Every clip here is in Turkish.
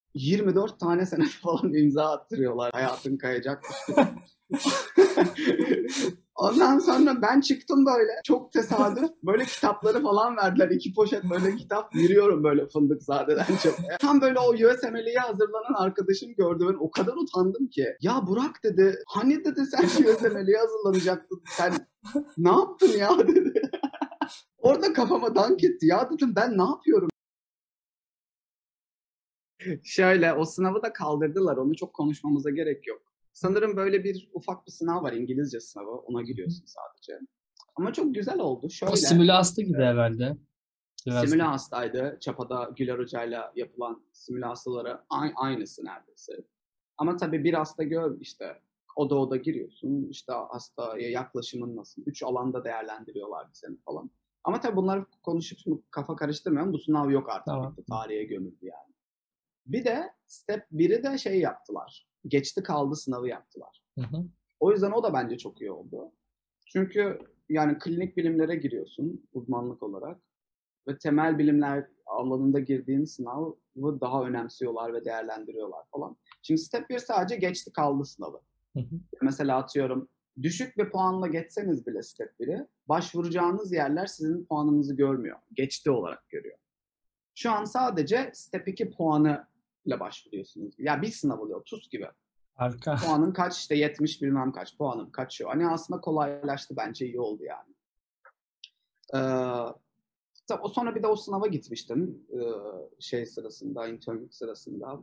24 tane sene falan imza attırıyorlar. Hayatın kayacakmış gibi. Ondan sonra ben çıktım böyle. Çok tesadüf. Böyle kitapları falan verdiler. 2 poşet böyle kitap. Yürüyorum böyle Fındıkzade'den çapaya. Tam böyle o USMLE'ye hazırlanan arkadaşım gördü. Ben o kadar utandım ki. Ya Burak dedi. Hani dedi sen USMLE'ye hazırlanacaktın. Sen ne yaptın ya dedi. Orada kafama dank etti. Ya dedim ben ne yapıyorum? Şöyle o sınavı da kaldırdılar. Onu çok konuşmamıza gerek yok. Sanırım böyle bir ufak bir sınav var. İngilizce sınavı. Ona giriyorsun sadece. Ama çok güzel oldu. Şöyle. O simülastı gibi herhalde. Simülastaydı. Çapa'da Güler Hoca'yla yapılan simülastalara aynısı neredeyse. Ama tabii bir hasta işte oda giriyorsun. İşte hastaya yaklaşımın nasıl? 3 alanda değerlendiriyorlar seni falan. Ama tabii bunları konuşup kafa karıştırmıyorum. Bu sınav yok artık. Tamam. Bitti. Tarihe gömüldü yani. Bir de step 1'i de şey yaptılar. Geçti kaldı sınavı yaptılar. Hı. O yüzden o da bence çok iyi oldu. Çünkü yani klinik bilimlere giriyorsun uzmanlık olarak ve temel bilimler alanında girdiğin sınavı daha önemsiyorlar ve değerlendiriyorlar falan. Şimdi step 1 sadece geçti kaldı sınavı. Hı. Mesela atıyorum düşük bir puanla geçseniz bile step 1'i başvuracağınız yerler sizin puanınızı görmüyor. Geçti olarak görüyor. Şu an sadece step 2 puanı ile başvuruyorsunuz. Ya bir sınav oluyor TUS gibi. Harika. Puanın kaç işte 70 bilmem kaç puanım kaçıyor. Hani aslında kolaylaştı bence iyi oldu yani. Sonra bir de o sınava gitmiştim şey sırasında, internlük sırasında.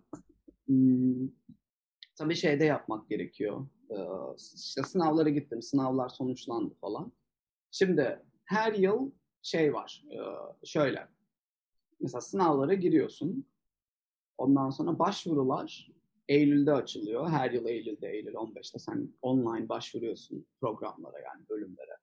Tabii şeyde yapmak gerekiyor. İşte sınavlara gittim, sınavlar sonuçlandı falan. Şimdi her yıl şey var, şöyle. Mesela sınavlara giriyorsun. Ondan sonra başvurular Eylül'de açılıyor. Her yıl Eylül'de, Eylül 15'te sen online başvuruyorsun programlara yani bölümlere.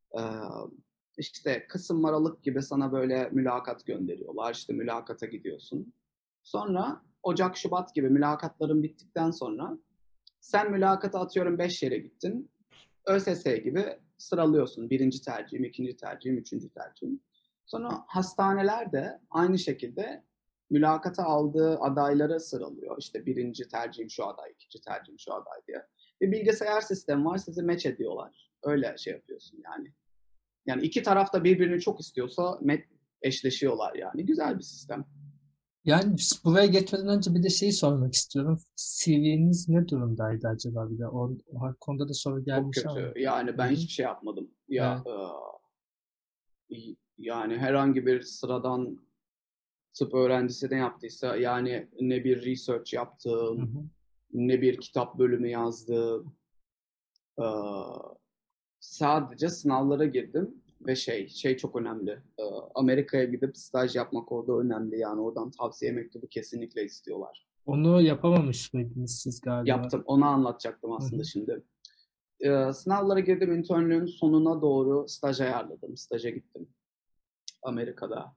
İşte Kasım Aralık gibi sana böyle mülakat gönderiyorlar. İşte mülakata gidiyorsun. Sonra Ocak, Şubat gibi mülakatların bittikten sonra sen mülakata atıyorum 5 yere gittin. ÖSS gibi sıralıyorsun. Birinci tercihim, ikinci tercihim, üçüncü tercihim. Sonra hastaneler de aynı şekilde mülakata aldığı adayları sıralıyor. İşte birinci tercihim şu aday, ikinci tercihim şu aday diye. Bir bilgisayar sistemi var, sizi match ediyorlar. Öyle şey yapıyorsun yani. Yani iki taraf da birbirini çok istiyorsa eşleşiyorlar yani. Güzel bir sistem. Yani buraya geçmeden önce bir de şeyi sormak istiyorum. CV'niz ne durumdaydı acaba bir de? O konuda da soru Çok gelmiş ama. kötü. Yani ben Hı hı. hiçbir şey yapmadım. Ya Evet. yani herhangi bir sıradan tıp öğrencisi ne yaptıysa yani ne bir research Hı yaptım, hı. ne bir kitap bölümü yazdım. Ee, Sadece sınavlara girdim ve şey çok önemli. Amerika'ya gidip staj yapmak orada önemli. Yani oradan tavsiye mektubu kesinlikle istiyorlar. Onu yapamamış mıydınız siz galiba? Yaptım. Onu anlatacaktım Hı aslında hı. şimdi. Sınavlara girdim. Internlüğün sonuna doğru staj ayarladım. Staja gittim Amerika'da.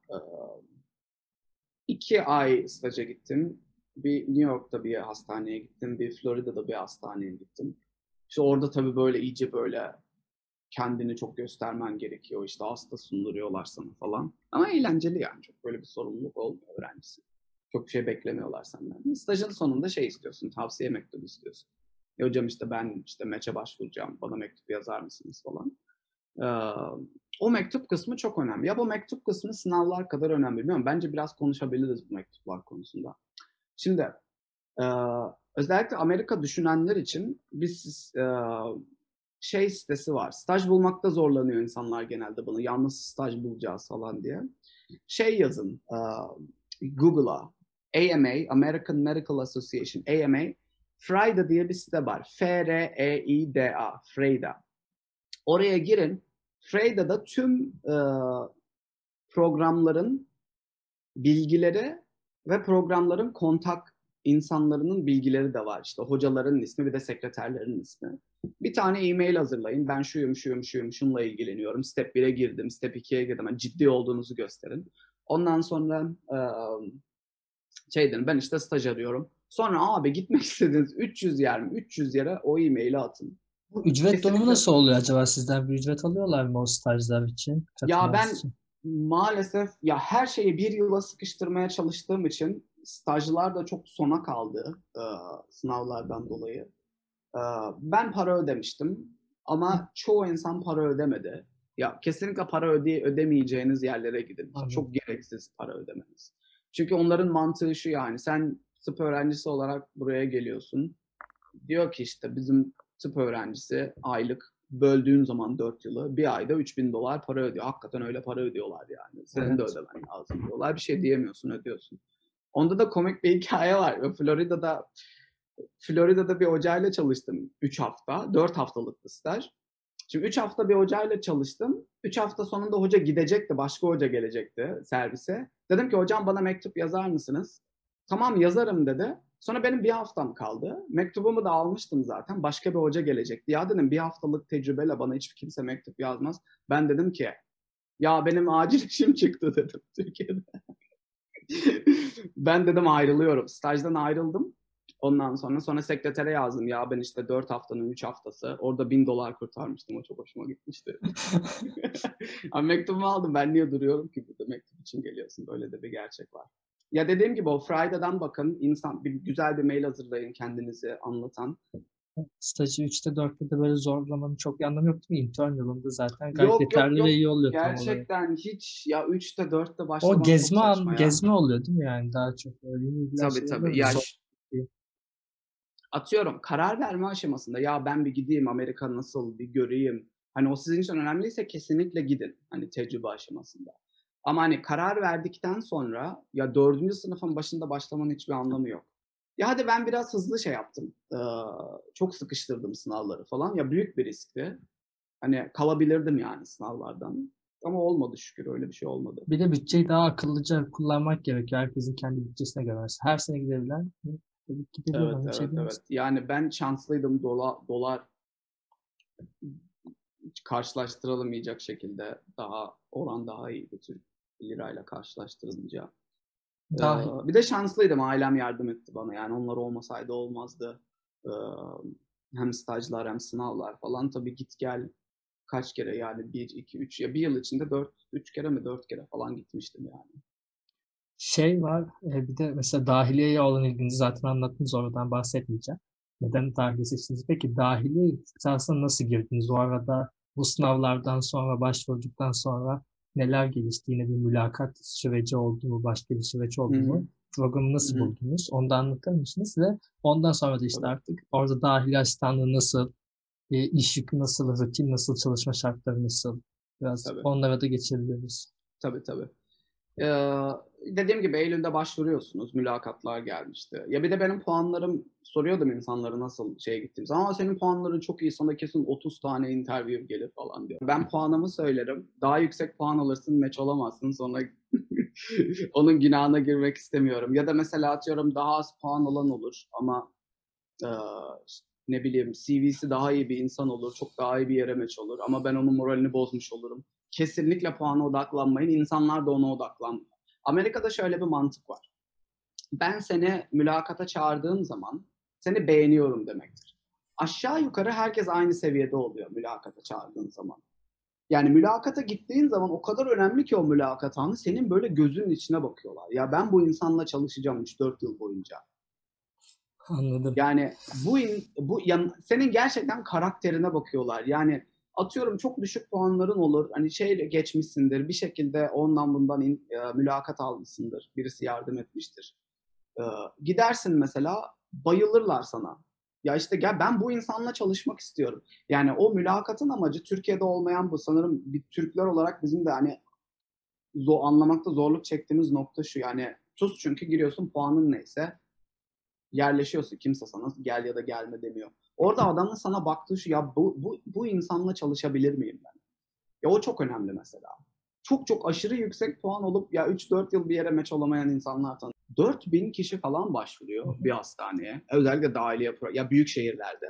2 ay staja gittim. Bir New York'ta bir hastaneye gittim. Bir Florida'da bir hastaneye gittim. İşte orada tabii böyle iyice böyle kendini çok göstermen gerekiyor. İşte hasta sunduruyorlar sana falan. Ama eğlenceli yani. Çok böyle bir sorumluluk olmuyor öğrencisi. Çok bir şey beklemiyorlar senden. Stajın sonunda şey istiyorsun. Tavsiye mektubu istiyorsun. Hocam işte ben işte meçe başvuracağım. Bana mektup yazar mısınız falan. O mektup kısmı çok önemli. Ya bu mektup kısmı sınavlar kadar önemli bilmiyorum. Bence biraz konuşabiliriz bu mektuplar konusunda. Şimdi özellikle Amerika düşünenler için biz şey sitesi var. Staj bulmakta zorlanıyor insanlar genelde bunu. Yalnız staj bulacağız falan diye. Şey yazın Google'a AMA, American Medical Association, AMA, FREIDA diye bir site var. FREIDA, FREIDA. Oraya girin. FREIDA'da tüm programların bilgileri ve programların kontak insanların bilgileri de var. İşte hocaların ismi bir de sekreterlerin ismi. Bir tane e-mail hazırlayın. Ben şuyum, şunla ilgileniyorum. Step 1'e girdim, Step 2'ye girdim. Yani ciddi olduğunuzu gösterin. Ondan sonra şey dedim, ben işte staj arıyorum. Sonra abi gitmek istediğiniz 300 yer mi? 300 yere o e-maili atın. Bu ücret durumu Kesinlikle. nasıl oluyor acaba? Sizden bir ücret alıyorlar mı o stajlar için? Ya Katılmanız ben için? maalesef ya her şeyi bir yıla sıkıştırmaya çalıştığım için stajlar da çok sona kaldı sınavlardan dolayı. Ben para ödemiştim ama çoğu insan para ödemedi. Ya kesinlikle para ödemeyeceğiniz yerlere gidin. Anladım. Çok gereksiz para ödemeniz. Çünkü onların mantığı şu, yani sen tıp öğrencisi olarak buraya geliyorsun. Diyor ki işte bizim tıp öğrencisi aylık böldüğün zaman 4 yılı bir ayda $3.000 para ödüyor. Hakikaten öyle para ödüyorlar yani. Senin de Evet. ödemen lazım diyorlar. Bir şey diyemiyorsun, ödüyorsun. Onda da komik bir hikaye var. Florida'da bir hocayla çalıştım 3 hafta. 4 haftalık bir staj. Şimdi 3 hafta bir hocayla çalıştım. 3 hafta sonunda hoca gidecekti. Başka hoca gelecekti servise. Dedim ki hocam bana mektup yazar mısınız? Tamam yazarım dedi. Sonra benim bir haftam kaldı. Mektubumu da almıştım zaten. Başka bir hoca gelecekti. Ya dedim bir haftalık tecrübeyle bana hiç kimse mektup yazmaz. Ben dedim ki ya benim acil işim çıktı dedim Türkiye'de. Ben dedim ayrılıyorum. Stajdan ayrıldım. Ondan sonra sekretere yazdım. Ya ben işte 4 haftanın 3 haftası. Orada $1.000 kurtarmıştım. O çok hoşuma gitmişti. Ama mektubumu aldım. Ben niye duruyorum ki burada, mektup için geliyorsun. Böyle de bir gerçek var. Ya dediğim gibi o Friday'dan bakın. Güzel bir mail hazırlayın kendinizi anlatan. Stajı 3'te 4'te de böyle zorlamanın çok bir anlamı yok değil mi? Intern yılında zaten gayet Yok yok yeterli ve yok. iyi oluyor tam olarak. Gerçekten hiç, ya 3'te 4'te O başlamak çok saçma ya. gezme oluyor değil mi yani daha çok öyle bilgiler Tabii şeyler tabii. oluyor. Ya Zor değil. atıyorum karar verme aşamasında ya ben bir gideyim Amerika nasıl bir göreyim. Hani o sizin için önemliyse kesinlikle gidin. Hani tecrübe aşamasında. Ama hani karar verdikten sonra ya 4. sınıfın başında başlamanın hiçbir anlamı yok. Ya hadi ben biraz hızlı şey yaptım. Çok sıkıştırdım sınavları falan. Ya büyük bir riskti. Hani kalabilirdim yani sınavlardan. Ama olmadı şükür, öyle bir şey olmadı. Bir de bütçeyi daha akıllıca kullanmak gerekiyor. Herkesin kendi bütçesine göre. Her sene gidebilen tabii gidebilir. Evet Ona bir şey evet evet. diyemez. Yani ben şanslıydım, dolar hiç karşılaştırılamayacak şekilde oran daha iyiydi Türk lirayla karşılaştırılınca. Ee, Dahi Bir de şanslıydım. Ailem yardım etti bana. Yani onlar olmasaydı olmazdı. Ee, Hem stajlar hem sınavlar falan. Tabii git gel kaç kere, yani bir 2 3 ya bir yıl içinde 3 kere mi 4 kere falan gitmiştim yani. şey var. Bir de mesela dahiliyeye olan ilginizi zaten anlattınız. Oradan bahsetmeyeceğim. Neden dahiliye seçtiniz? Peki dahiliye ihtisasına nasıl girdiniz? O arada bu sınavlardan sonra, başvurduktan sonra neler gelişti? Yine bir mülakat süreci oldu mu? Başka bir süreç Hı oldu hı, mu? Programı hı nasıl hı. buldunuz? Onu da anlatır mısınız? Ve ondan sonra da işte Tabii, artık orada dahiliye asistanlığı nasıl, iş yükü nasıl, rutin nasıl, çalışma şartları nasıl? Biraz tabii, onlara da geçebiliriz. tabii, tabii. Ee, Dediğim gibi Eylül'de başvuruyorsunuz. Mülakatlar gelmişti. Ya bir de benim puanlarım, soruyordum insanlara nasıl şeye gittiğim zaman. Ama senin puanların çok iyi, sana kesin 30 tane interview gelir falan diyor. Ben puanımı söylerim. Daha yüksek puan alırsın, match olamazsın. Sonra onun günahına girmek istemiyorum. Ya da mesela atıyorum daha az puan alan olur ama e, ne bileyim CV'si daha iyi bir insan olur. Çok daha iyi bir yere match olur. Ama ben onun moralini bozmuş olurum. Kesinlikle puana odaklanmayın. İnsanlar da ona odaklanmıyor. Amerika'da şöyle bir mantık var. Ben seni mülakata çağırdığım zaman seni beğeniyorum demektir. Aşağı yukarı herkes aynı seviyede oluyor mülakata çağırdığın zaman. Yani mülakata gittiğin zaman o kadar önemli ki o mülakat anı, senin böyle gözünün içine bakıyorlar. Ya ben bu insanla çalışacağım 3-4 yıl boyunca. Anladım. Yani senin gerçekten karakterine bakıyorlar. Yani atıyorum çok düşük puanların olur. Hani şeyle geçmişsindir. Bir şekilde ondan bundan mülakat almışsındır. Birisi yardım etmiştir. E, Gidersin mesela, bayılırlar sana. Ya işte gel, ben bu insanla çalışmak istiyorum. Yani o mülakatın amacı Türkiye'de olmayan bu. Sanırım bir Türkler olarak bizim de hani anlamakta zorluk çektiğimiz nokta şu. Yani tuz, çünkü giriyorsun, puanın neyse yerleşiyorsun. Kimse sana gel ya da gelme demiyor. Orada adamın sana baktığı şu, ya bu insanla çalışabilir miyim ben? Ya o çok önemli mesela. Çok çok aşırı yüksek puan olup ya 3-4 yıl bir yere meç olamayan insanlar tanıyor. 4.000 kişi falan başvuruyor bir hastaneye. Özellikle dahiliye ya büyük şehirlerde.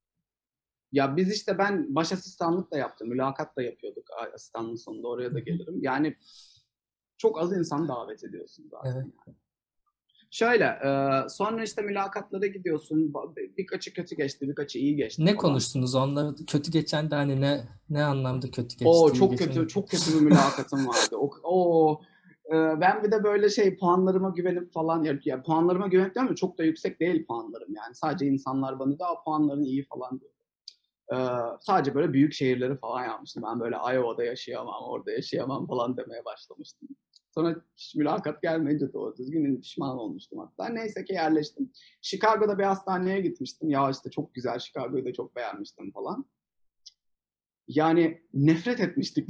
Ya biz işte, ben baş asistanlık da yaptım. Mülakat da yapıyorduk asistanlığın sonunda, oraya Hı da hı. gelirim. Yani çok az insan davet ediyorsun Evet. zaten. Şöyle, sonra işte mülakatlara gidiyorsun. Birkaçı kötü geçti, birkaçı iyi geçti Ne falan. konuştunuz? Onları kötü geçen de hani ne anlamda kötü O geçti, iyi çok geçen? kötü, çok kötü bir mülakatım vardı. Ben bir de böyle puanlarıma güvenip falan ya puanlarıma güvenip değil mi? Çok da yüksek değil puanlarım yani. Sadece insanlar bana da puanların iyi falan diyor. Sadece böyle büyük şehirleri falan yapmıştım. Ben böyle Iowa'da yaşayamam, orada yaşayamam falan demeye başlamıştım. Sonra hiç mülakat gelmeyince doğru düzgün pişman olmuştum hatta. Neyse ki yerleştim. Chicago'da bir hastaneye gitmiştim. Ya işte çok güzel, Chicago'yu da çok beğenmiştim falan. Yani nefret etmiştik.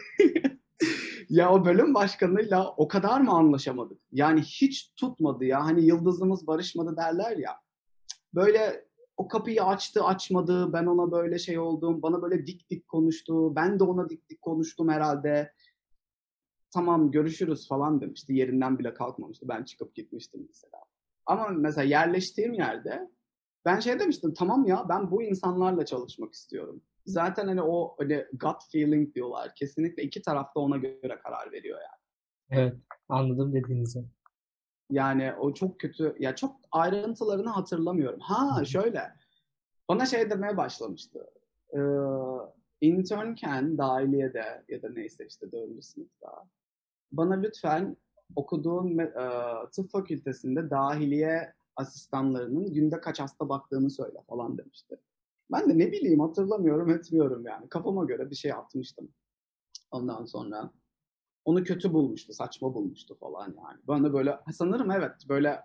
Ya o bölüm başkanıyla o kadar mı anlaşamadık? Yani hiç tutmadı ya. Hani yıldızımız barışmadı derler ya. Böyle o kapıyı açtı açmadı, ben ona böyle oldum, bana böyle dik dik konuştu, ben de ona dik dik konuştum herhalde. Tamam görüşürüz falan demişti, yerinden bile kalkmamıştı, ben çıkıp gitmiştim mesela. Ama mesela yerleştiğim yerde ben demiştim, tamam ya ben bu insanlarla çalışmak istiyorum. Zaten hani o hani gut feeling diyorlar, kesinlikle iki tarafta ona göre karar veriyor yani. Evet, anladım dediğinizi. Yani o çok kötü, ya çok ayrıntılarını hatırlamıyorum. Hı Ha hı. şöyle, bana demeye başlamıştı. Ee, internken dahiliyede ya da neyse işte 4. sınıfta bana lütfen okuduğun tıp fakültesinde dahiliye asistanlarının günde kaç hasta baktığını söyle falan demişti. Ben de ne bileyim hatırlamıyorum etmiyorum yani. Kafama göre bir şey atmıştım. Ondan sonra onu kötü bulmuştu, saçma bulmuştu falan yani. Ben de böyle sanırım evet böyle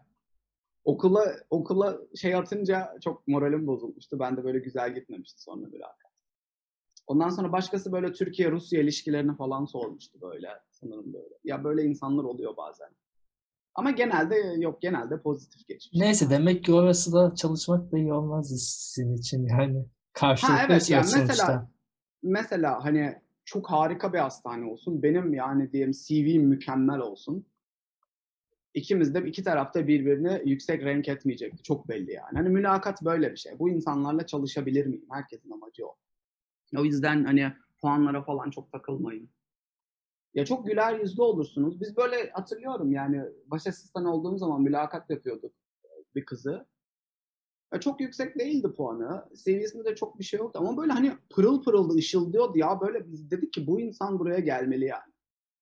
okula atınca çok moralim bozulmuştu. Ben de böyle güzel gitmemişti sonra bir. Ondan sonra başkası böyle Türkiye-Rusya ilişkilerini falan sormuştu böyle. Sanırım böyle. Ya böyle insanlar oluyor bazen. Ama genelde yok, genelde pozitif geçmişti Neyse, yani. demek ki orası da çalışmak da iyi olmaz sizin için yani. Ha Karşılıklı bir evet süreç yani mesela sonuçta. mesela hani çok harika bir hastane olsun. Benim yani diyelim CV'm mükemmel olsun. İkimiz de iki tarafta birbirini yüksek renk etmeyecekti. Çok belli yani. Hani mülakat böyle bir şey. Bu insanlarla çalışabilir miyim? Herkesin amacı o. O yüzden hani puanlara falan çok takılmayın. Ya çok güler yüzlü olursunuz. Biz böyle hatırlıyorum yani baş asistan olduğum zaman mülakat yapıyorduk bir kızı. Ya çok yüksek değildi puanı. Seviyesinde de çok bir şey yoktu ama böyle hani pırıl pırıldı, ışıldıyordu ya. Böyle biz dedik ki bu insan buraya gelmeli yani.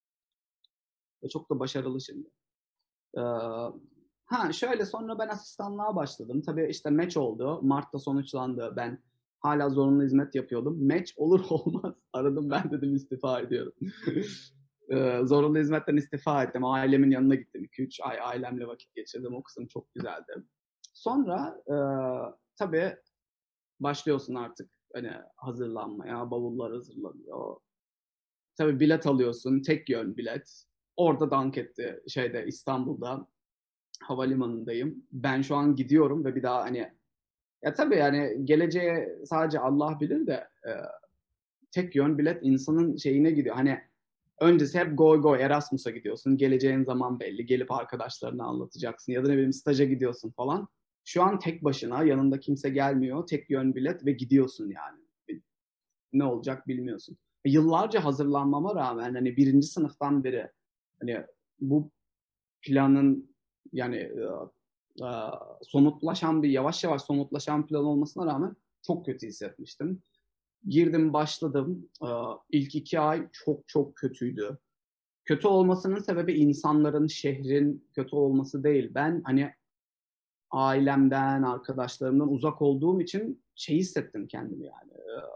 Ve çok da başarılı şimdi. Ee, ha şöyle sonra ben asistanlığa başladım. Tabii işte match oldu. Mart'ta sonuçlandı. Ben hala zorunlu hizmet yapıyordum. Match olur olmaz. Aradım ben dedim istifa ediyorum. Zorunlu hizmetten istifa ettim. Ailemin yanına gittim. 2-3 ay ailemle vakit geçirdim. O kısım çok güzeldi. Sonra tabii başlıyorsun artık hani hazırlanmaya. Bavullar hazırlanıyor. Tabii bilet alıyorsun. Tek yön bilet. Orada dank etti İstanbul'da havalimanındayım. Ben şu an gidiyorum ve bir daha hani ya tabii yani geleceğe sadece Allah bilir de tek yön bilet insanın şeyine gidiyor. Hani öncesi hep goy goy Erasmus'a gidiyorsun. Geleceğin zaman belli. Gelip arkadaşlarına anlatacaksın. Ya da ne bileyim staja gidiyorsun falan. Şu an tek başına yanında kimse gelmiyor. Tek yön bilet ve gidiyorsun yani. Ne olacak bilmiyorsun. Yıllarca hazırlanmama rağmen hani 1. sınıftan beri hani bu planın yani somutlaşan bir yavaş yavaş somutlaşan plan olmasına rağmen çok kötü hissetmiştim. Girdim başladım. İlk 2 ay çok çok kötüydü. Kötü olmasının sebebi insanların, şehrin kötü olması değil. Ben hani ailemden, arkadaşlarımdan uzak olduğum için hissettim kendimi yani.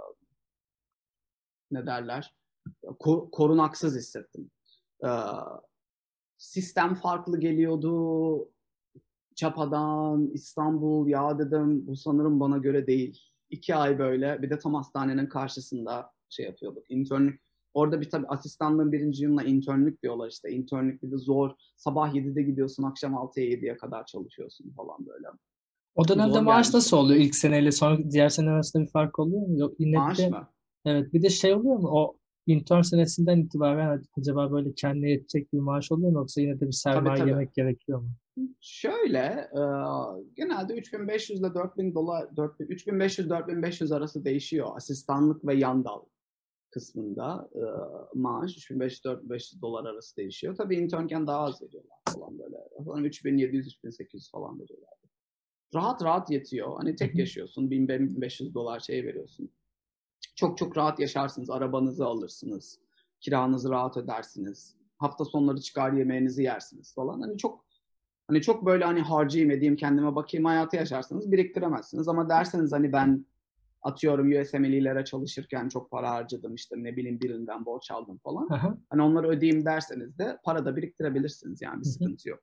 Ne derler? Korunaksız hissettim. Ee, sistem farklı geliyordu. Çapadan, İstanbul, ya dedim bu sanırım bana göre değil. 2 ay böyle bir de tam hastanenin karşısında yapıyorduk. İnternlük. Orada bir tabii asistanlığın 1. yılına internlük diyorlar işte. İnternlük bir de zor. Sabah 7'de gidiyorsun, akşam 6'ya 7'ye kadar çalışıyorsun falan böyle. O dönemde Zor maaş gelmişti nasıl bana. oluyor? İlk seneyle sonra diğer sene arasında bir fark oluyor mu? Yok, yine bir Maaş de mı? evet, bir de oluyor mu? O intern senesinden itibaren acaba böyle kendine yetecek bir maaş oluyor mu? Yoksa yine de bir Tabii sermaye tabii. yemek gerekiyor mu? Şöyle, genelde 3.500 ile 4.000 dolar, 3.500-4.500 arası değişiyor. Asistanlık ve yan dal kısmında maaş 3.500-4.500 dolar arası değişiyor. Tabii internken daha az veriyorlar falan böyle. Falan 3.700-3.800 falan veriyorlar. Rahat rahat yetiyor. Hani Hı tek hı. yaşıyorsun. 1.500 dolar veriyorsun. Çok çok rahat yaşarsınız. Arabanızı alırsınız. Kiranızı rahat ödersiniz. Hafta sonları çıkar yemeğinizi yersiniz falan. Hani çok böyle hani harcayayım edeyim kendime bakayım hayatı yaşarsanız biriktiremezsiniz. Ama derseniz hani ben atıyorum USMLE'lere çalışırken çok para harcadım işte ne bileyim birinden borç aldım falan. Aha, Hani onları ödeyeyim derseniz de para da biriktirebilirsiniz yani bir hı hı. sıkıntı yok.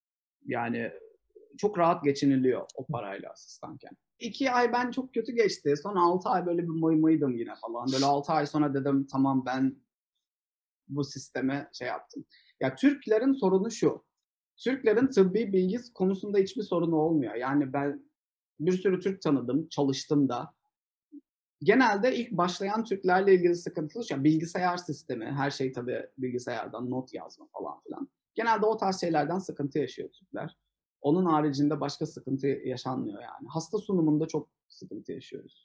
Yani çok rahat geçiniliyor o parayla asistanken. 2 ay ben çok kötü geçti. Son 6 ay böyle bir mıymıydım yine falan. Böyle 6 ay sonra dedim tamam ben bu sisteme şey yaptım. Ya Türklerin sorunu şu. Türklerin tıbbi bilgi konusunda hiçbir sorunu olmuyor. Yani ben bir sürü Türk tanıdım, çalıştım da. Genelde ilk başlayan Türklerle ilgili sıkıntılı şu. Bilgisayar sistemi, her şey tabii bilgisayardan not yazma falan filan. Genelde o tarz şeylerden sıkıntı yaşıyor Türkler. Onun haricinde başka sıkıntı yaşanmıyor yani. Hasta sunumunda çok sıkıntı yaşıyoruz.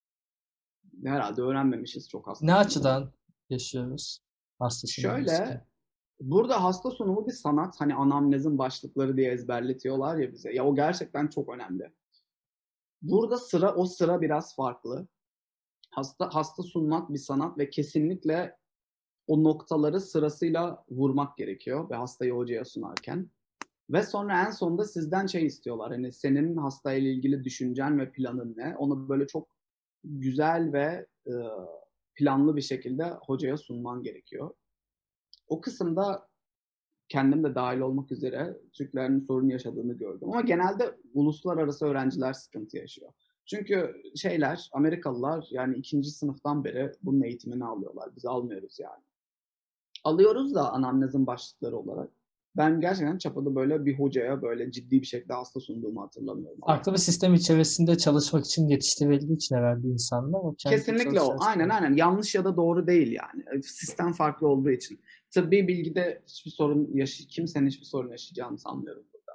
Herhalde öğrenmemişiz çok hasta Ne sunumu. açıdan yaşıyoruz hasta sunumu Şöyle, burada hasta sunumu bir sanat. Hani anamnezin başlıkları diye ezberletiyorlar ya bize. Ya o gerçekten çok önemli. Burada o sıra biraz farklı. Hasta sunmak bir sanat ve kesinlikle o noktaları sırasıyla vurmak gerekiyor ve hastayı hocaya sunarken. Ve sonra en sonunda sizden şey istiyorlar. Hani senin hastayla ilgili düşüncen ve planın ne? Onu böyle çok güzel ve planlı bir şekilde hocaya sunman gerekiyor. O kısımda kendim de dahil olmak üzere Türklerin sorun yaşadığını gördüm. Ama genelde uluslararası öğrenciler sıkıntı yaşıyor. Çünkü Amerikalılar yani 2. sınıftan beri bunun eğitimini alıyorlar. Biz almıyoruz yani. Alıyoruz da anamnezin başlıkları olarak. Ben gerçekten çapada böyle bir hocaya böyle ciddi bir şekilde hasta sunduğumu hatırlamıyorum farklı bir Amerika'da. sistem içerisinde çalışmak için yetiştirildiği için herhalde insanlar o kendi Kesinlikle o. çalışacağı Aynen sistem. aynen. Yanlış ya da doğru değil yani. Sistem farklı olduğu için. Tıbbi bilgide kimsenin hiçbir sorun yaşayacağını sanmıyorum burada.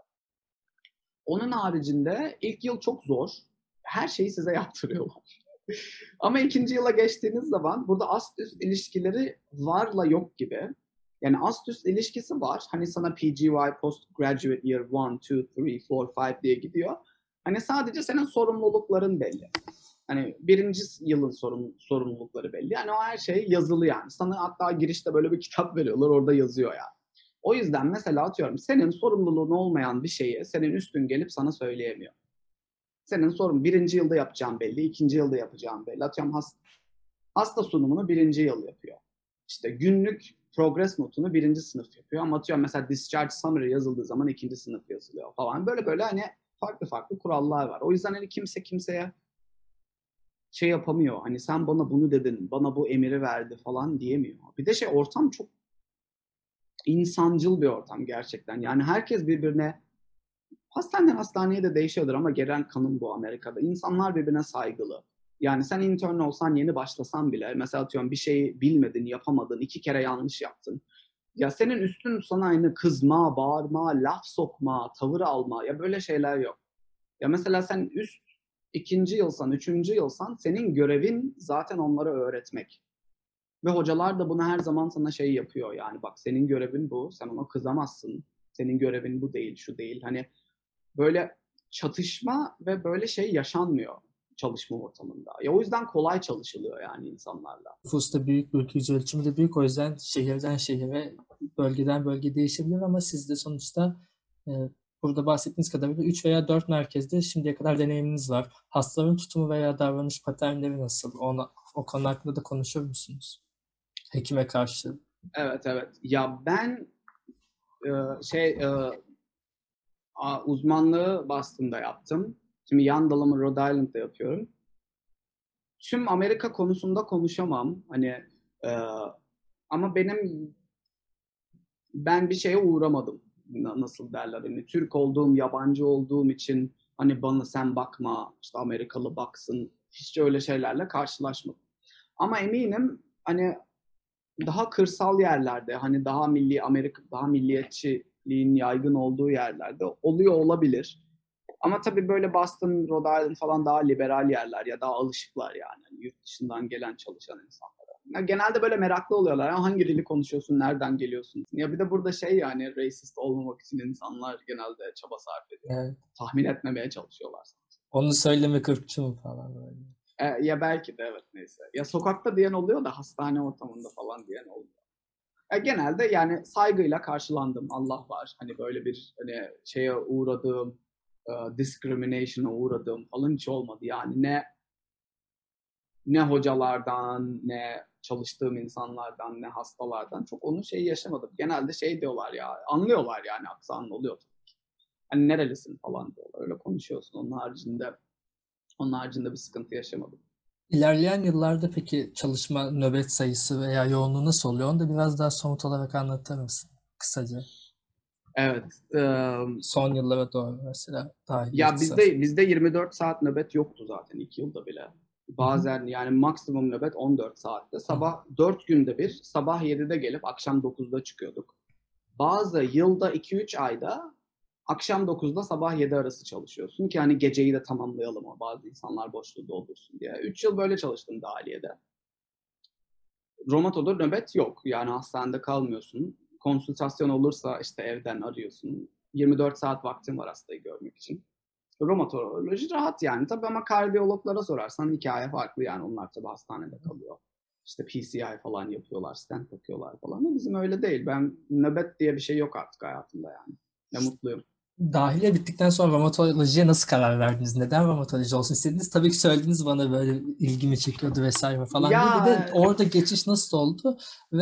Onun haricinde ilk yıl çok zor. Her şeyi size yaptırıyorlar. Ama 2. yıla geçtiğiniz zaman burada ast üst ilişkileri varla yok gibi. Yani ast üst ilişkisi var. Hani sana PGY, Postgraduate Year 1, 2, 3, 4, 5 diye gidiyor. Hani sadece senin sorumlulukların belli. Hani 1. yılın sorumlulukları belli. Yani o her şey yazılı yani. Sana hatta girişte böyle bir kitap veriyorlar orada yazıyor yani. O yüzden mesela atıyorum senin sorumluluğun olmayan bir şeyi senin üstün gelip sana söyleyemiyor. Senin sorun 1. yılda yapacağın belli, 2. yılda yapacağın belli. Atıyorum hasta sunumunu 1. yıl yapıyor. İşte günlük progress notunu 1. sınıf yapıyor. Ama atıyorum mesela discharge summary yazıldığı zaman 2. sınıf yazılıyor falan. Böyle böyle hani farklı farklı kurallar var. O yüzden hani kimse kimseye şey yapamıyor. Hani sen bana bunu dedin, bana bu emiri verdi falan diyemiyor. Bir de ortam çok insancıl bir ortam gerçekten. Yani herkes birbirine hastaneden hastaneye de değişiyordur ama genel kanın bu Amerika'da. İnsanlar birbirine saygılı. Yani sen intern olsan yeni başlasan bile mesela atıyorum bir şeyi bilmedin, yapamadın, 2 kere yanlış yaptın. Ya senin üstün sana aynı kızma, bağırma, laf sokma, tavır alma ya böyle şeyler yok. Ya mesela sen 2. yılsan, 3. yılsan senin görevin zaten onlara öğretmek. Ve hocalar da bunu her zaman sana şey yapıyor yani bak senin görevin bu, sen ona kızamazsın. Senin görevin bu değil, şu değil. Hani böyle çatışma ve böyle şey yaşanmıyor çalışma ortamında. Ya o yüzden kolay çalışılıyor yani insanlarla. Nüfus da büyük, ülke yüz ölçümü de büyük. O yüzden şehirden şehire, bölgeden bölge değişebilir ama siz de sonuçta e, burada bahsettiğiniz kadarıyla 3 veya 4 merkezde şimdiye kadar deneyiminiz var. Hastaların tutumu veya davranış paternleri nasıl? O konu hakkında da konuşur musunuz? Hekime karşı. Evet evet. Ya ben e, şey e, uzmanlığı Boston'da yaptım. Şimdi yan dalımı Rhode Island'da yapıyorum. Tüm Amerika konusunda konuşamam. Hani e, ama ben bir şeye uğramadım. Nasıl derler hani Türk olduğum, yabancı olduğum için hani bana sen bakma, işte Amerikalı baksın. Hiç öyle şeylerle karşılaşmadım. Ama eminim hani daha kırsal yerlerde hani daha milli Amerika daha milliyetçiliğin yaygın olduğu yerlerde oluyor olabilir. Ama tabii böyle Boston, Rhode Island falan daha liberal yerler ya daha alışıklar yani. Hani yurt dışından gelen çalışan insanlara. Ya genelde böyle meraklı oluyorlar. Ya hangi dili konuşuyorsun, nereden geliyorsun? Ya bir de burada yani racist olmamak için insanlar genelde çaba sarf ediyor. Evet. Tahmin etmemeye çalışıyorlar. Onu söyleme ırkçı mı falan böyle. Ya belki de evet neyse. Ya sokakta diyen oluyor da hastane ortamında falan diyen oluyor. Genelde yani saygıyla karşılandım. Allah var. Hani böyle bir hani şeye uğradığım, discrimination'a uğradığım falan hiç olmadı. Yani ne hocalardan, ne çalıştığım insanlardan, ne hastalardan çok onun şeyi yaşamadım. Genelde şey diyorlar ya, anlıyorlar yani aksanın oluyor. Hani nerelisin falan diyorlar. Öyle konuşuyorsun. Onun haricinde bir sıkıntı yaşamadım. İlerleyen yıllarda peki çalışma nöbet sayısı veya yoğunluğu nasıl oluyor? Onu da biraz daha somut olarak anlatır mısın? Kısaca. Evet. Son yıllara doğru mesela dahiliye Ya ihtisas. bizde 24 saat nöbet yoktu zaten 2 yılda bile. Hı hı, Bazen yani maksimum nöbet 14 saatte. hı hı. Sabah 4 günde bir sabah 7'de gelip akşam 9'da çıkıyorduk. Bazı yılda 2-3 ayda akşam 9'da sabah 7 arası çalışıyorsun ki hani geceyi de tamamlayalım o bazı insanlar boşluğu doldursun diye. 3 yıl böyle çalıştım dahiliyede. Romato'da nöbet yok. Yani hastanede kalmıyorsun. Konsültasyon olursa işte evden arıyorsun. 24 saat vaktin var hastayı görmek için. Romatoloji rahat yani. Tabii ama kardiyologlara sorarsan hikaye farklı yani. Onlar tabii hastanede kalıyor. İşte PCI falan yapıyorlar, stent takıyorlar falan. Ama bizim öyle değil. Ben nöbet diye bir şey yok artık hayatımda yani. Ne mutluyum. Dahiliye bittikten sonra romatolojiye nasıl karar verdiniz? Neden romatoloji olsun istediniz? Tabii ki söylediniz bana böyle ilgimi çekiyordu vesaire falan diye. Bir Ya de orada geçiş nasıl oldu? Ve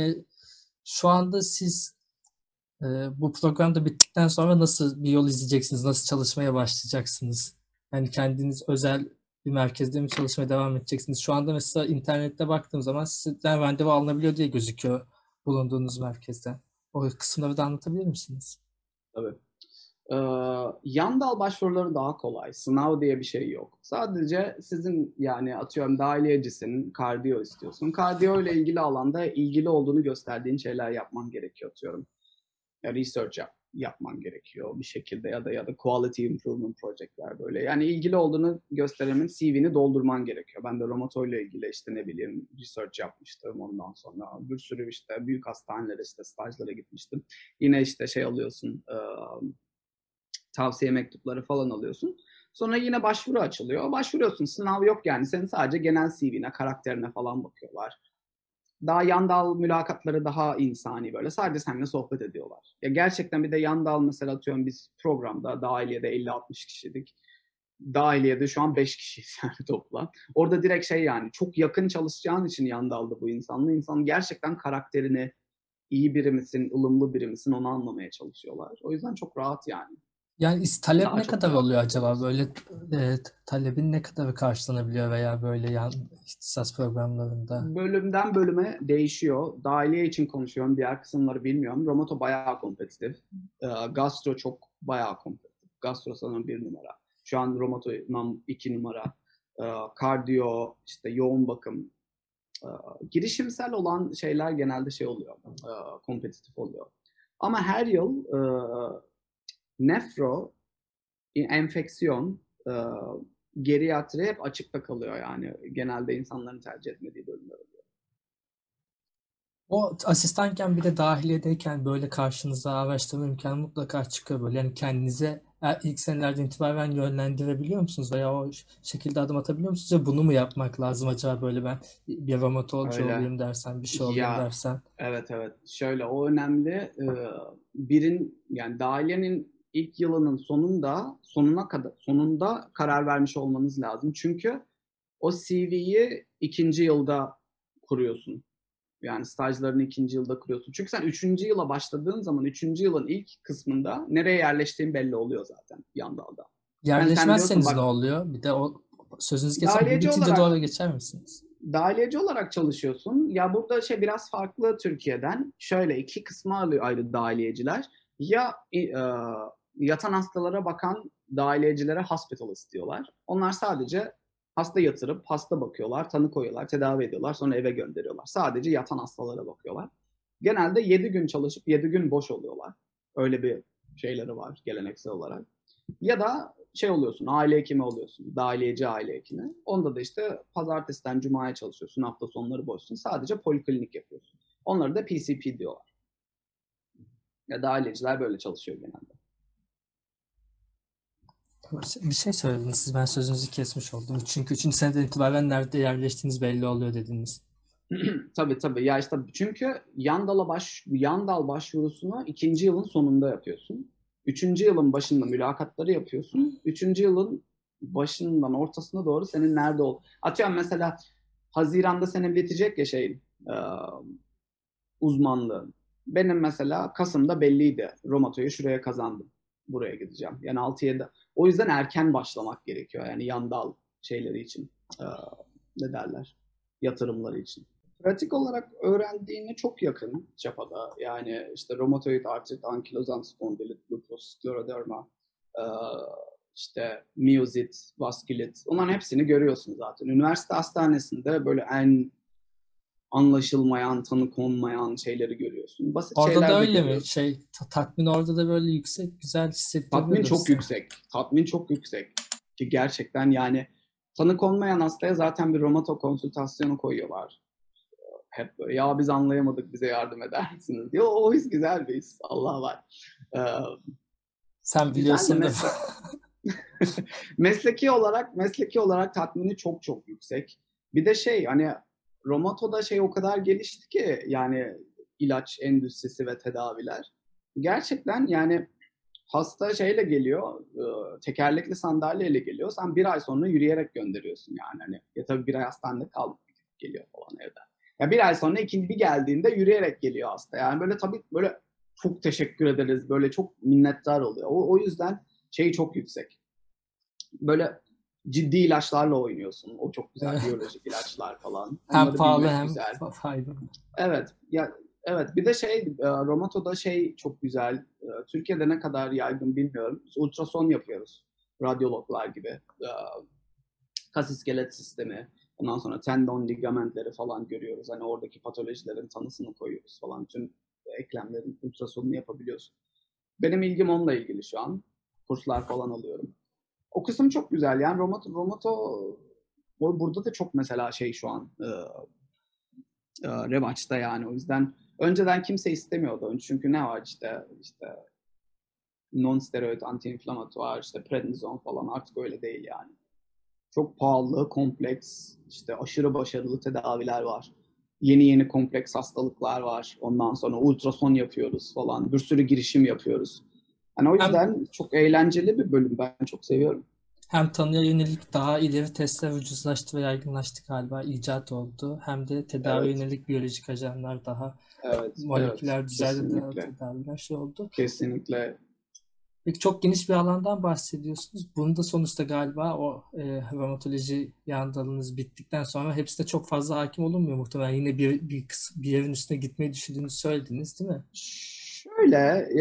şu anda siz e, bu program da bittikten sonra nasıl bir yol izleyeceksiniz? Nasıl çalışmaya başlayacaksınız? Yani kendiniz özel bir merkezde mi çalışmaya devam edeceksiniz? Şu anda mesela internette baktığım zaman sizden randevu alınabiliyor diye gözüküyor bulunduğunuz merkezden. O kısımları da anlatabilir misiniz? tabii. Ee, Yan dal başvuruları daha kolay. Sınav diye bir şey yok. Sadece sizin yani atıyorum dahiliyecisin, kardiyo istiyorsun. Kardiyo ile ilgili alanda ilgili olduğunu gösterdiğin şeyler yapman gerekiyor atıyorum. Ya research yapman gerekiyor bir şekilde ya da quality improvement projectler böyle. Yani ilgili olduğunu gösterenin CV'ni doldurman gerekiyor. Ben de romatoyla ilgili işte ne bileyim research yapmıştım ondan sonra. Bir sürü işte büyük hastanelere işte stajlara gitmiştim. Yine işte şey alıyorsun, tavsiye mektupları falan alıyorsun. Sonra yine başvuru açılıyor. Başvuruyorsun. Sınav yok yani. Senin sadece genel CV'ne, karakterine falan bakıyorlar. Daha yan dal mülakatları daha insani böyle. Sadece seninle sohbet ediyorlar. Ya gerçekten bir de yan dal mesela atıyorum biz programda dahiliyede 50-60 kişiydik. Dahiliyede şu an 5 kişiyiz yani toplam. Orada direkt şey yani çok yakın çalışacağın için yan dalda bu insanla. İnsanın gerçekten karakterini, iyi biri misin, ılımlı biri misin onu anlamaya çalışıyorlar. O yüzden çok rahat yani. Yani talep Daha ne çok kadar oluyor mülakata acaba? giriyorsun. Böyle talebin ne kadarı karşılanabiliyor veya böyle yan ihtisas programlarında? Bölümden bölüme değişiyor. Dahiliye için konuşuyorum. Diğer kısımları bilmiyorum. Romato bayağı kompetitif. Gastro çok bayağı kompetitif. Gastro sanırım 1 numara. Şu an Romato 2 numara. Kardiyo, işte yoğun bakım. Ee, Girişimsel olan şeyler genelde şey oluyor. Kompetitif oluyor. Ama her yıl nefro, enfeksiyon, geriatri hep açıkta kalıyor yani. Genelde insanların tercih etmediği bölümler. O asistanken bir de dahiliyedeyken böyle karşınıza araştırma imkanı mutlaka çıkıyor böyle. Yani kendinize ilk senelerden itibaren yönlendirebiliyor musunuz veya o şekilde adım atabiliyor musunuz? Ya bunu mu yapmak lazım acaba böyle ben bir romatoloji Öyle. olayım dersen, bir şey olayım Ya dersen. evet evet. Şöyle o önemli. Yani dahiliyenin ilk yılının sonunda karar vermiş olmanız lazım. Çünkü o CV'yi ikinci yılda kuruyorsun. Yani stajlarını ikinci yılda kuruyorsun. Çünkü sen üçüncü yıla başladığın zaman üçüncü yılın ilk kısmında nereye yerleştiğin belli oluyor zaten yan dalda. Yani sen diyorsun Yerleşmezseniz ne bak oluyor? Bir de o sözünüzü kesem bu dahiliyeci bitince doğru olarak geçer misiniz? dahiliyeci olarak çalışıyorsun. Ya burada şey biraz farklı Türkiye'den. Şöyle iki kısma ayrı dahiliyeciler. Ya yatan hastalara bakan dahiliyecilere hospital istiyorlar. Onlar sadece hasta yatırıp hasta bakıyorlar, tanı koyuyorlar, tedavi ediyorlar, sonra eve gönderiyorlar. Sadece yatan hastalara bakıyorlar. Genelde 7 gün çalışıp 7 gün boş oluyorlar. Öyle bir şeyleri var geleneksel olarak. Ya da şey oluyorsun, aile hekimi oluyorsun. Dahiliyeci aile hekimi. Onda da işte pazartesiden cumaya çalışıyorsun, hafta sonları boşsun. Sadece poliklinik yapıyorsun. Onları da PCP diyorlar. Ya dahiliyeciler böyle çalışıyor genelde. Bir şey söylediniz siz ben sözünüzü kesmiş oldum. Çünkü üçüncü seneden itibaren nerede yerleştiğiniz belli oluyor dediniz. Tabii. Ya işte çünkü yan dal başvurusunu ikinci yılın sonunda yapıyorsun. Üçüncü yılın başında mülakatları yapıyorsun. Üçüncü yılın başından ortasına doğru senin nerede ol? Atıyorum mesela Haziran'da senin bitecek ya e, uzmanlığın. Benim mesela Kasım'da belliydi. Romato'yu şuraya kazandım. Buraya gideceğim. Yani 6-7. O yüzden erken başlamak gerekiyor. Yani yan dal şeyleri için. E, ne derler? Yatırımları için. Pratik olarak öğrendiğine çok yakın çapada. Yani işte romatoid artrit, ankilozan spondilit, lupus, scleroderma, e, işte miyozit, vaskülit. Onların hepsini görüyorsun zaten. Üniversite hastanesinde böyle en anlaşılmayan, tanı konmayan şeyleri görüyorsun. Basit Orada da şeyler de öyle mi? görüyorsun. Tatmin orada da böyle yüksek, güzel Tatmin hissettiriyordur çok size. yüksek. Tatmin çok yüksek. Ki gerçekten yani tanı konmayan hastaya zaten bir romato konsültasyonu koyuyorlar. Hep böyle ya biz anlayamadık bize yardım eder misiniz diyor. O his güzel bir his. Allah var. Ee, Sen güzel de biliyorsundur. meslek. mesleki olarak tatmini çok çok yüksek. Bir de hani Romato'da o kadar gelişti ki yani ilaç endüstrisi ve tedaviler. Gerçekten yani hasta geliyor, tekerlekli sandalyeyle geliyor. Sen bir ay sonra yürüyerek gönderiyorsun yani. Hani, ya tabii bir ay hastanede kalıp geliyor falan evden. Ya bir ay sonra ikinci bir geldiğinde yürüyerek geliyor hasta. Yani böyle tabii böyle çok teşekkür ederiz. Böyle çok minnettar oluyor. O yüzden çok yüksek. Böyle ciddi ilaçlarla oynuyorsun. O çok güzel. Biyolojik ilaçlar falan. Hem Onları pahalı bilmek hem güzel. faydalı. Evet. Ya evet. Bir de Romato'da çok güzel. Türkiye'de ne kadar yaygın bilmiyorum. Biz ultrason yapıyoruz. Radyologlar gibi. Kas iskelet sistemi. Ondan sonra tendon ligamentleri falan görüyoruz. Hani oradaki patolojilerin tanısını koyuyoruz falan. Tüm eklemlerin ultrasonunu yapabiliyorsun. Benim ilgim onunla ilgili şu an. Kurslar falan alıyorum. O kısım çok güzel. Yani Romato burada da çok mesela şu an revaçta yani. O yüzden önceden kimse istemiyordu. Çünkü ne var işte non-steroid anti-inflamatuar, işte prednizon falan artık öyle değil yani. Çok pahalı, kompleks, işte aşırı başarılı tedaviler var. Yeni kompleks hastalıklar var. Ondan sonra ultrason yapıyoruz falan. Bir sürü girişim yapıyoruz. Yani o Hem yüzden çok eğlenceli bir bölüm. Ben çok seviyorum. hem tanıya yönelik daha ileri testler ucuzlaştı ve yaygınlaştı galiba, icat oldu. Hem de tedavi Evet, yönelik biyolojik ajanlar daha evet. moleküler düzeyde de Kesinlikle. tedaviler oldu. Kesinlikle. Peki çok geniş bir alandan bahsediyorsunuz. Bunu da sonuçta galiba o romatoloji yan dalınız bittikten sonra hepsi de çok fazla hakim olunmuyor muhtemelen. Yine bir yerin üstüne gitmeyi düşündüğünüzü söylediniz, değil mi? Şöyle,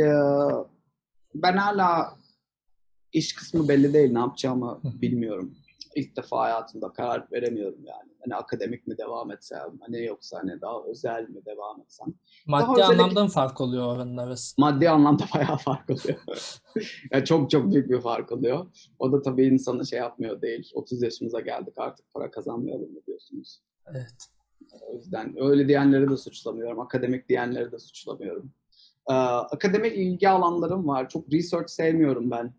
ben hala iş kısmı belli değil. Ne yapacağımı bilmiyorum. İlk defa hayatımda karar veremiyorum yani. Hani akademik mi devam etsem, hani yoksa hani daha özel mi devam etsem. Daha Maddi özele anlamda mı fark oluyor oranın arasında? maddi anlamda bayağı fark oluyor. Yani çok çok büyük bir fark oluyor. O da tabii insanı yapmıyor değil. 30 yaşımıza geldik artık para kazanmayalım mı diyorsunuz. Evet. O yüzden öyle diyenleri de suçlamıyorum. Akademik diyenleri de suçlamıyorum. Akademik ilgi alanlarım var. Çok research sevmiyorum ben.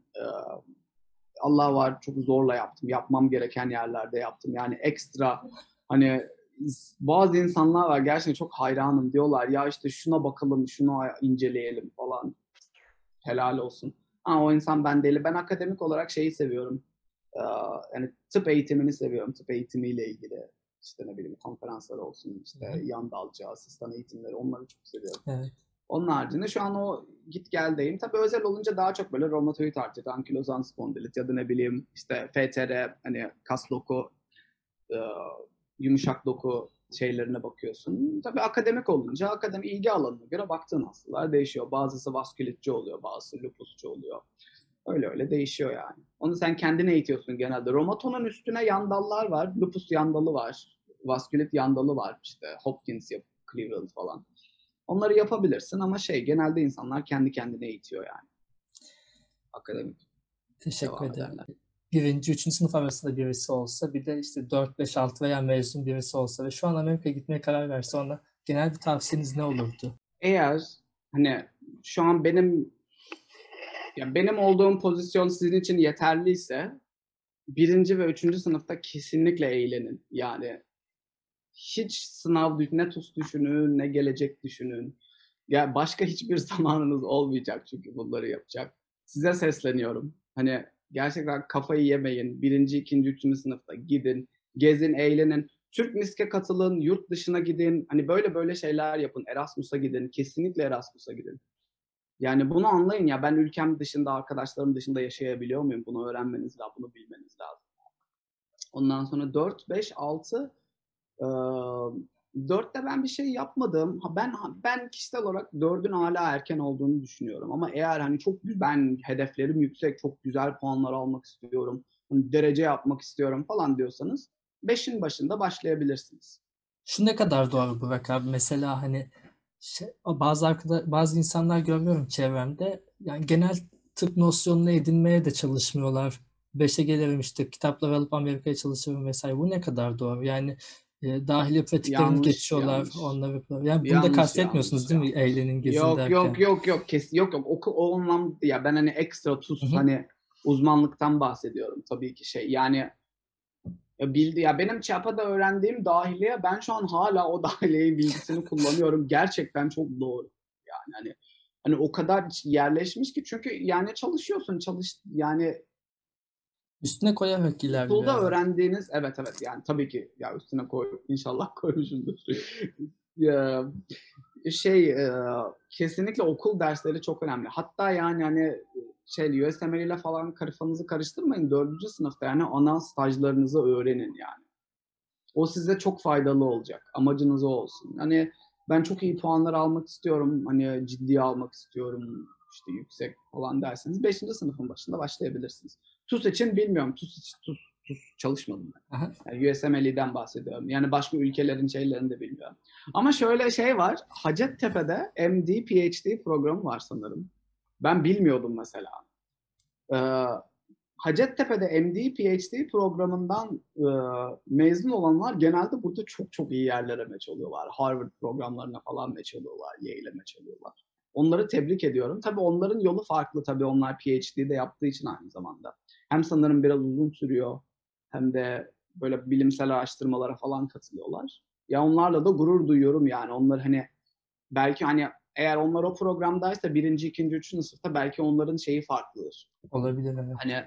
Allah var çok zorla yaptım. Yapmam gereken yerlerde yaptım. Yani ekstra hani bazı insanlar var gerçekten çok hayranım diyorlar. Ya işte şuna bakalım, şunu inceleyelim falan. Helal olsun. Ama o insan ben değil. Ben akademik olarak seviyorum. Ee, yani tıp eğitimini seviyorum. Tıp eğitimiyle ilgili işte ne bileyim konferanslar olsun, Hı işte hı. yan dalcı, asistan eğitimleri onları çok seviyorum. Evet. Onun haricinde şu an o git geldeyim. Tabii özel olunca daha çok böyle romatoid artrit, ankilozan spondilit ya da ne bileyim işte FTR hani kas doku, e, yumuşak doku şeylerine bakıyorsun. Tabii akademik olunca akademi ilgi alanına göre baktığın hastalar değişiyor. Bazısı vaskülitçi oluyor, bazısı lupusçu oluyor. Öyle öyle değişiyor yani. Onu sen kendine eğitiyorsun genelde. Romatonun üstüne yan dallar var. Lupus yan dalı var. Vaskülit yan dalı var. İşte Hopkins, Cleveland falan. Onları yapabilirsin ama genelde insanlar kendi kendine eğitiyor yani. Akademik Teşekkür devam ederim. ederler. Birinci, üçüncü sınıf arasında birisi olsa, bir de işte 4, 5, 6 veya mezun birisi olsa ve şu an Amerika'ya gitmeye karar verse, ona genel bir tavsiyeniz ne olurdu? Eğer hani şu an benim olduğum pozisyon sizin için yeterliyse birinci ve üçüncü sınıfta kesinlikle eğlenin. Yani hiç sınav, ne TUS düşünün, ne gelecek düşünün. Ya başka hiçbir zamanınız olmayacak çünkü bunları yapacak. Size sesleniyorum. Hani gerçekten kafayı yemeyin. Birinci, ikinci, üçüncü sınıfta gidin, gezin, eğlenin. Türk Misk'e katılın, yurt dışına gidin. Hani böyle böyle şeyler yapın. Erasmus'a gidin. Kesinlikle Erasmus'a gidin. Yani bunu anlayın ya, ben ülkem dışında, arkadaşlarım dışında yaşayabiliyor muyum? Bunu öğrenmeniz lazım, bunu bilmeniz lazım. Ondan sonra 4, 5, 6, 4'te ben bir şey yapmadım. Ben kişisel olarak 4'ün hala erken olduğunu düşünüyorum. Ama eğer hani ben hedeflerim yüksek, çok güzel puanlar almak istiyorum, hani derece yapmak istiyorum falan diyorsanız 5'in başında başlayabilirsiniz. Şu ne kadar doğru Burak abi? Mesela hani bazı insanlar görüyorum çevremde. Yani genel tıp nosyonunu edinmeye de çalışmıyorlar. Beşe gelirim işte kitaplar alıp Amerika'ya çalışırım vesaire. Bu ne kadar doğru? Yani dahiliye pratiklerini Yanlış, geçiyorlar. yanlış. Onları yani bunu da Yanlış, yanlış, kastetmiyorsunuz değil mi? yanlış. Eğlenin gezin Yok, yok, derken. yok, yok. Yok, yok. O anlamda ya, ben hani ekstra Hı TUS, hı. hani uzmanlıktan bahsediyorum tabii ki yani ya benim Çapa'da öğrendiğim dahiliye, ben şu an hala o dahiliye bilgisini kullanıyorum. Gerçekten çok doğru. Yani hani o kadar yerleşmiş ki, çünkü yani yani Üstüne koyarak ilerliyor okulda herhalde. öğrendiğiniz, evet evet, yani tabii ki ya, üstüne inşallah koymuşumdur. Ya, şey, kesinlikle okul dersleri çok önemli. Hatta yani hani USMLE ile falan kafanızı karıştırmayın. 4. sınıfta yani ana stajlarınızı öğrenin yani. O size çok faydalı olacak. Amacınız o olsun. Hani ben çok iyi puanlar almak istiyorum, hani ciddiye almak istiyorum, işte yüksek falan derseniz 5. sınıfın başında başlayabilirsiniz. TUS için bilmiyorum. TUS çalışmadım ben. Aha. Yani USMLE'den bahsediyorum. Yani başka ülkelerin şeylerini de bilmiyorum. Ama şöyle şey var. Hacettepe'de MD, PhD programı var sanırım. Ben bilmiyordum mesela. Ee, Hacettepe'de MD, PhD programından mezun olanlar genelde burada çok çok iyi yerlere meç oluyorlar. Harvard programlarına falan meç oluyorlar, Yale'e meç oluyorlar. Onları tebrik ediyorum. Tabii onların yolu farklı. Tabii onlar PhD'de yaptığı için aynı zamanda. Hem sanırım biraz uzun sürüyor, hem de böyle bilimsel araştırmalara falan katılıyorlar. Ya onlarla da gurur duyuyorum yani. Onlar hani belki hani eğer onlar o programdaysa birinci, ikinci, üçüncü sınıfta belki onların şeyi farklıdır. Olabilir Hani evet.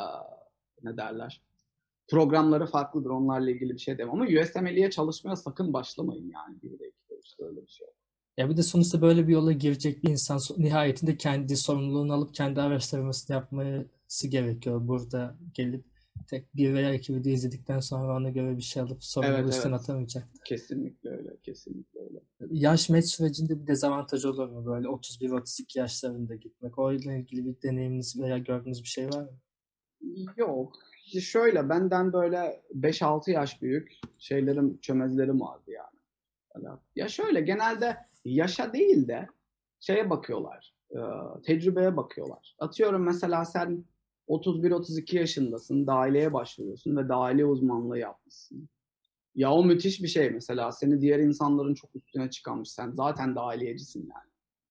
ne derler? Programları farklıdır. Onlarla ilgili bir şey demem. Ama USMLE'ye çalışmaya sakın başlamayın yani. Bir de iki de işte öyle bir şey. Ya bir de sonuçta böyle bir yola girecek bir insan nihayetinde kendi sorumluluğunu alıp kendi araştırmasını yapması gerekiyor. Burada gelip tek bir veya iki video izledikten sonra ona göre bir şey alıp sorumluluğu Evet üstten evet. atamayacak. Kesinlikle öyle. Kesinlikle öyle. Yaş met sürecinde bir dezavantaj olur mu? Böyle 31-32 yaşlarında gitmek. Oyla ilgili bir deneyiminiz veya gördüğünüz bir şey var mı? Yok. Şöyle, benden böyle 5-6 yaş büyük çömezlerim vardı yani. Ya şöyle, genelde yaşa değil de şeye bakıyorlar. Tecrübeye bakıyorlar. Atıyorum mesela sen 31-32 yaşındasın, dahiliyeye başvuruyorsun ve dahiliye uzmanlığı yapmışsın. Ya o müthiş bir şey mesela. Seni diğer insanların çok üstüne çıkarmış. Sen zaten dahiliyecisin yani.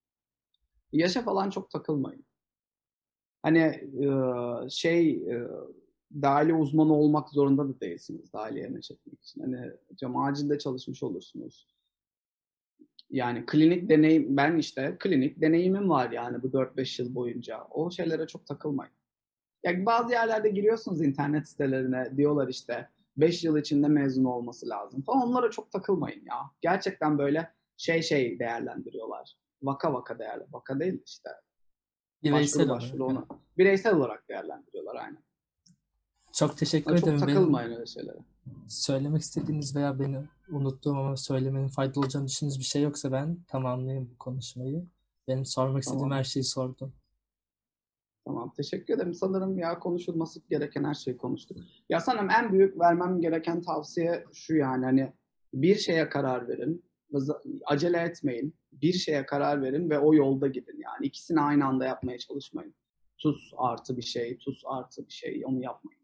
Yaşa falan çok takılmayın. Hani dahiliye uzmanı olmak zorunda da değilsiniz dahiliye meşletmek için. Hani acilde çalışmış olursunuz. Yani ben işte klinik deneyimim var yani bu 4-5 yıl boyunca. O şeylere çok takılmayın. Yani bazı yerlerde giriyorsunuz internet sitelerine, diyorlar işte 5 yıl içinde mezun olması lazım falan. Onlara çok takılmayın ya. Gerçekten böyle değerlendiriyorlar. Vaka değil işte. Bireysel Başvuru olarak. Evet. onu. Bireysel olarak değerlendiriyorlar aynen. Çok teşekkür Çok ederim. Benim takılmayın öyle şeylere. söylemek istediğiniz veya beni unuttuğum ama söylemenin faydalı olacağını düşündüğünüz bir şey yoksa ben tamamlayayım bu konuşmayı. Benim sormak istediğim Tamam. her şeyi sordum. Tamam. Teşekkür ederim. Sanırım ya konuşulması gereken her şeyi konuştuk. Ya sanırım en büyük vermem gereken tavsiye şu, yani hani bir şeye karar verin. Acele etmeyin. Bir şeye karar verin ve o yolda gidin. Yani ikisini aynı anda yapmaya çalışmayın. TUS artı bir şey, TUS artı bir şey, onu yapmayın.